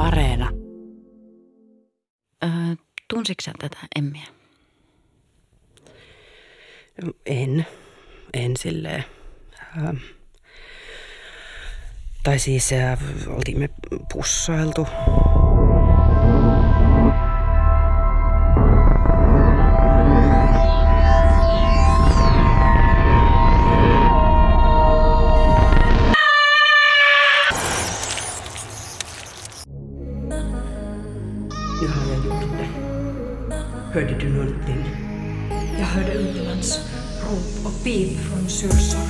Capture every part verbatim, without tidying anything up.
Areena. Öö, tunsitko sä tätä Emmiä? En. En silleen. Ähm. Tai siis äh, oltiin me pussailtu. Jaha, jag gjorde det. Hörde du någonting? Jag hörde Ullans rop och pip från Syrsor.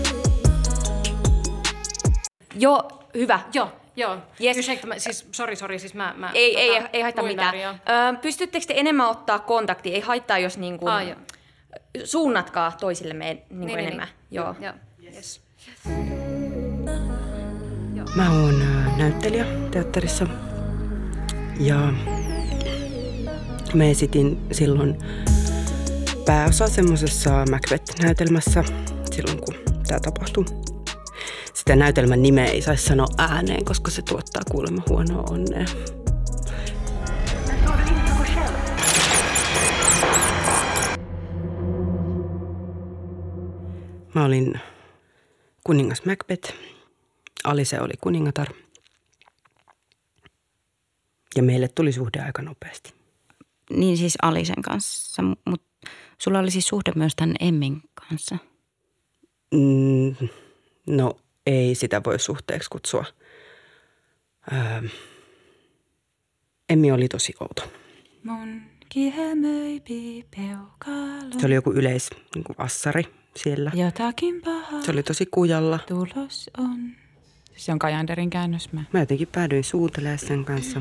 Joo, hyvä. Joo, joo. Yes. Ursäkta, mä, siis, sori, sori, siis mä... mä Ei, tota, ei, ei haittaa luin mitään. väärin, Ö, pystyttekö te enemmän ottaa kontaktia? Ei haittaa, jos niinku, Ah, joo. suunnatkaa toisillemme niinku Niin, enemmän. niin, Joo. Joo, yes. Mä oon äh, näyttelijä teatterissa ja mä esitin silloin pääosa semmoisessa Macbeth-näytelmässä silloin, kun tää tapahtui. Sitä näytelmän nimeä ei saisi sanoa ääneen, koska se tuottaa kuulemma huonoa onnea. Mä olin kuningas Macbeth. Alice oli kuningatar. Ja meille tuli suhde aika nopeasti. Niin siis Alisen kanssa, mutta sulla oli siis suhde myös tämän Emmin kanssa. Mm, no ei sitä voi suhteeksi kutsua. Öö, Emmi oli tosi outo. Se oli joku yleis niin kuin assari siellä. Jotakin pahaa. Se oli tosi kujalla. Tulos on. Se on Kajanderin käännös. Mä. Mä jotenkin päädyin suutelemaan sen kanssa.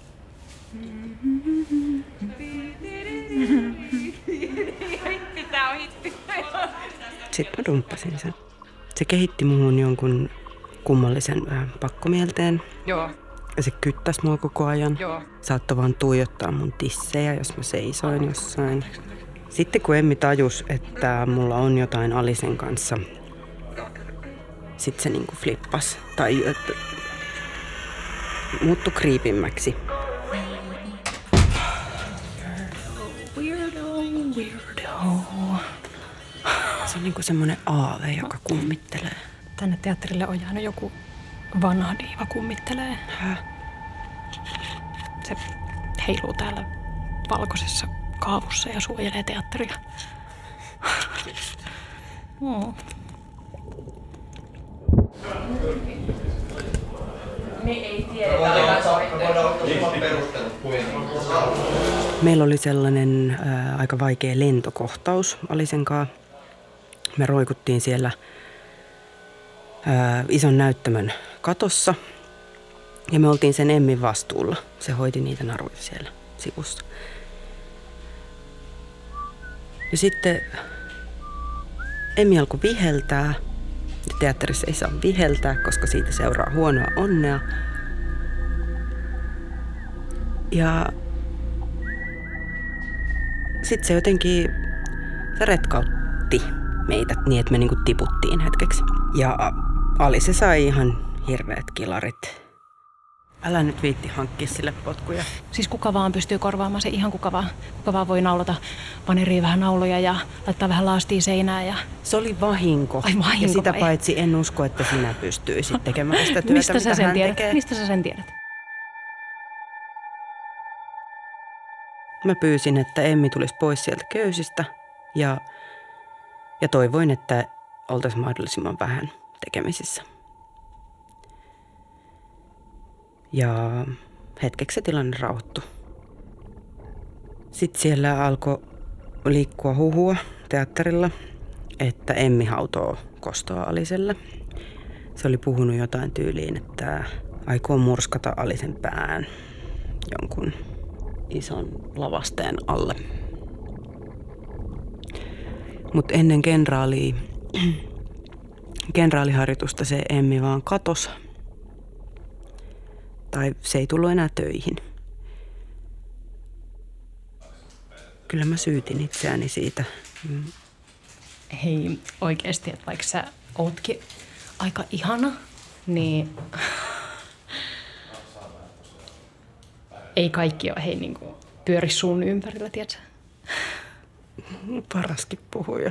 Sitten mä dumppasin sen. Se kehitti muhun jonkun kummallisen äh, pakkomielteen. Joo. Ja se kyttäsi mua koko ajan. Joo. Saattoi vaan tuijottaa mun tissejä, jos mä seisoin jossain. Sitten kun Emmi tajus, että mulla on jotain Alisen kanssa, sitten se niinku flippas. Tai että muuttui kriipimmäksi. Weirdo, weirdo. Se on niinku semmoinen aave, joka kummittelee. Tänne teatterille on jäänyt joku vanha diiva kummittelee. Häh? Se heiluu täällä valkoisessa kaavussa ja suojelee teatteria. Oh. Me ei tiedetä. Meillä oli sellainen ää, aika vaikea lentokohtaus Alisen kanssa. Me roikuttiin siellä ää, ison näyttämön katossa ja me oltiin sen Emmin vastuulla. Se hoiti niitä naruja siellä sivussa. Ja sitten Emmi alkoi viheltää. Ja teatterissa ei saa viheltää, koska siitä seuraa huonoa onnea. Ja sitten se jotenkin se retkautti meitä niin, että me niinku tiputtiin hetkeksi. Ja Alice sai ihan hirveät kilarit. Älä nyt viitti hankkia sille potkuja. Siis kuka vaan pystyy korvaamaan se, ihan kuka vaan. Kuka vaan voi naulata paneriin vähän nauloja ja laittaa vähän laastia seinään. Ja... Se oli vahinko. Ai vahinko ja sitä vai? paitsi en usko, että sinä pystyisit tekemään sitä työtä, Mistä mitä sä sen hän tiedät? tekee. Mistä sä sen tiedät? Mä pyysin, että Emmi tulisi pois sieltä köysistä ja, ja toivoin, että oltaisiin mahdollisimman vähän tekemisissä. Ja hetkeksi se tilanne rauhoittui. Sitten siellä alkoi liikkua huhua teatterilla, että Emmi hautoo kostoa Aliselle. Se oli puhunut jotain tyyliin, että aikoo murskata Alisen pään jonkun ison lavasteen alle. Mutta ennen kenraalia, kenraaliharjoitusta se Emmi vaan katosi. Tai se ei tullut enää töihin. Kyllä mä syytin itseäni siitä. Mm. Hei, oikeesti, että vaikka sä ootkin aika ihana, niin ei kaikki ole hei niinku pyöri suun ympärillä, tiedätkö? Paraskin puhuja.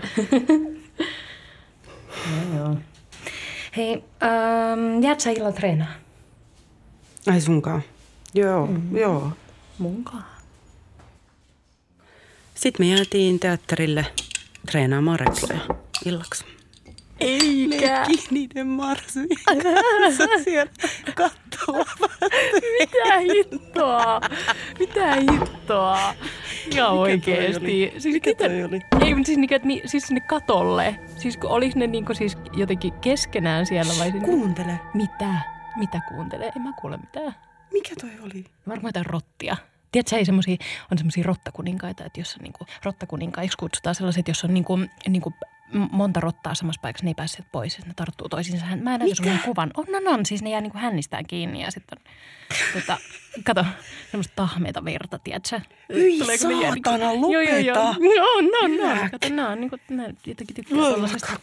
No, joo. Hei, ähm, jäät sä illalla treenaa? Ai sunkaan? Joo, mm-hmm. joo. Munkaan. Sitten me jäätiin teatterille treenaamaan reploja illaksi. Eikä. Leikki niiden marsien kanssa siellä kattoa. Mitä hittoa? Mitä hittoa? Ihan oikeesti. Siis Mikä mitä? toi oli? Ei, mutta siis, niinku, että, siis sinne katolle. Siis olis ne niinku siis jotenkin keskenään siellä vai? Kuuntele. Mitä? Mitä kuuntelee? En mä kuule mitään. Mikä toi oli? Varmaan jotain rottia. Tiedätkö, ei semmosia, on semmosia rottakuninkaita, että jos on niinku, rottakuninkaiksi kutsutaan sellaiset, jos on niinku, niinku monta rottaa samassa paikassa, ne ei pääse pois, että ne tarttuu toisiinsa. Mä en näytä sulle kuvan. On, on, on. Siis ne jää niinku hännistään kiinni ja sitten on, tota, kato, semmoista tahmeita verta, tiedätkö? Hyi Tuleeko ne jää niinku- saatana, lopeta. Joo, joo, joo. No, no, no. Kato, nää on niinku, nää jotenkin tykkää tollasesta.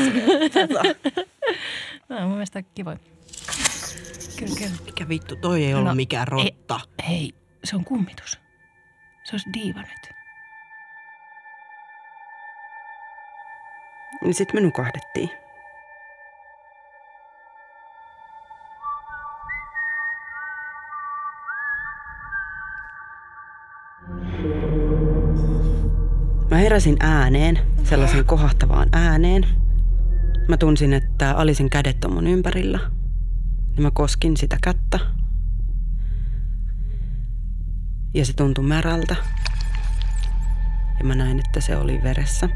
No, mun mielestä kivoja. Kyllä, kyllä. Mikä vittu, toi ei ollut No, mikään rotta. Ei, hei, se on kummitus. Se olisi diiva nyt. Niin sit me nukahdettiin. Mä heräsin ääneen, sellaisen kohahtavaan ääneen. Mä tunsin, että Alisen kädet on mun ympärillä. Ja mä koskin sitä kättä. Ja se tuntui märältä. Ja mä näin, että se oli veressä.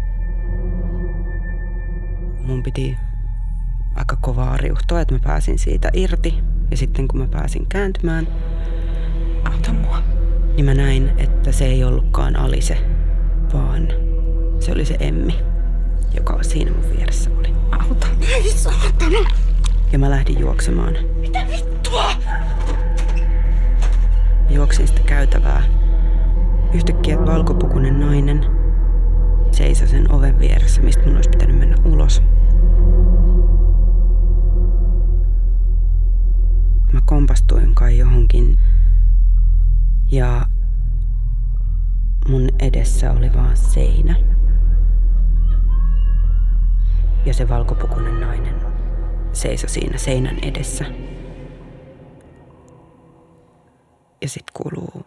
Mun piti aika kovaa riuhtoa, että mä pääsin siitä irti. Ja sitten kun mä pääsin kääntymään, auta mua, niin mä näin, että se ei ollutkaan Alise, vaan se oli se Emmi, joka siinä mun vieressä oli. Auta. Ei saatana. Ja mä lähdin juoksemaan. Mitä vittua? Juoksin sitä käytävää. Yhtäkkiä valkopukuinen nainen seisoi sen oven vieressä, mistä mun olisi pitänyt mennä ulos. Mä kompastuin kai johonkin ja mun edessä oli vaan seinä. Ja se valkopukuinen nainen seisoi siinä seinän edessä. Ja sit kuuluu...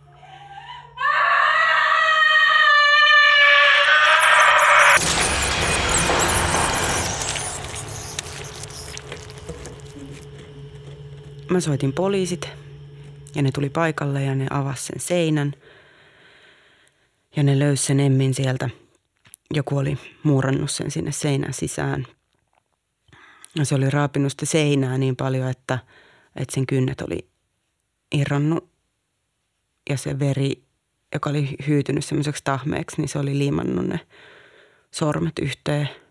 Mä soitin poliisit ja ne tuli paikalle ja ne avasi sen seinän. Ja ne löysi sen Emmin sieltä. Joku oli muurannut sen sinne seinän sisään. Ja se oli raapinut sitä seinää niin paljon, että, että sen kynnet oli irronnut. Ja se veri, joka oli hyytynyt semmoiseksi tahmeeksi, niin se oli liimannut ne sormet yhteen.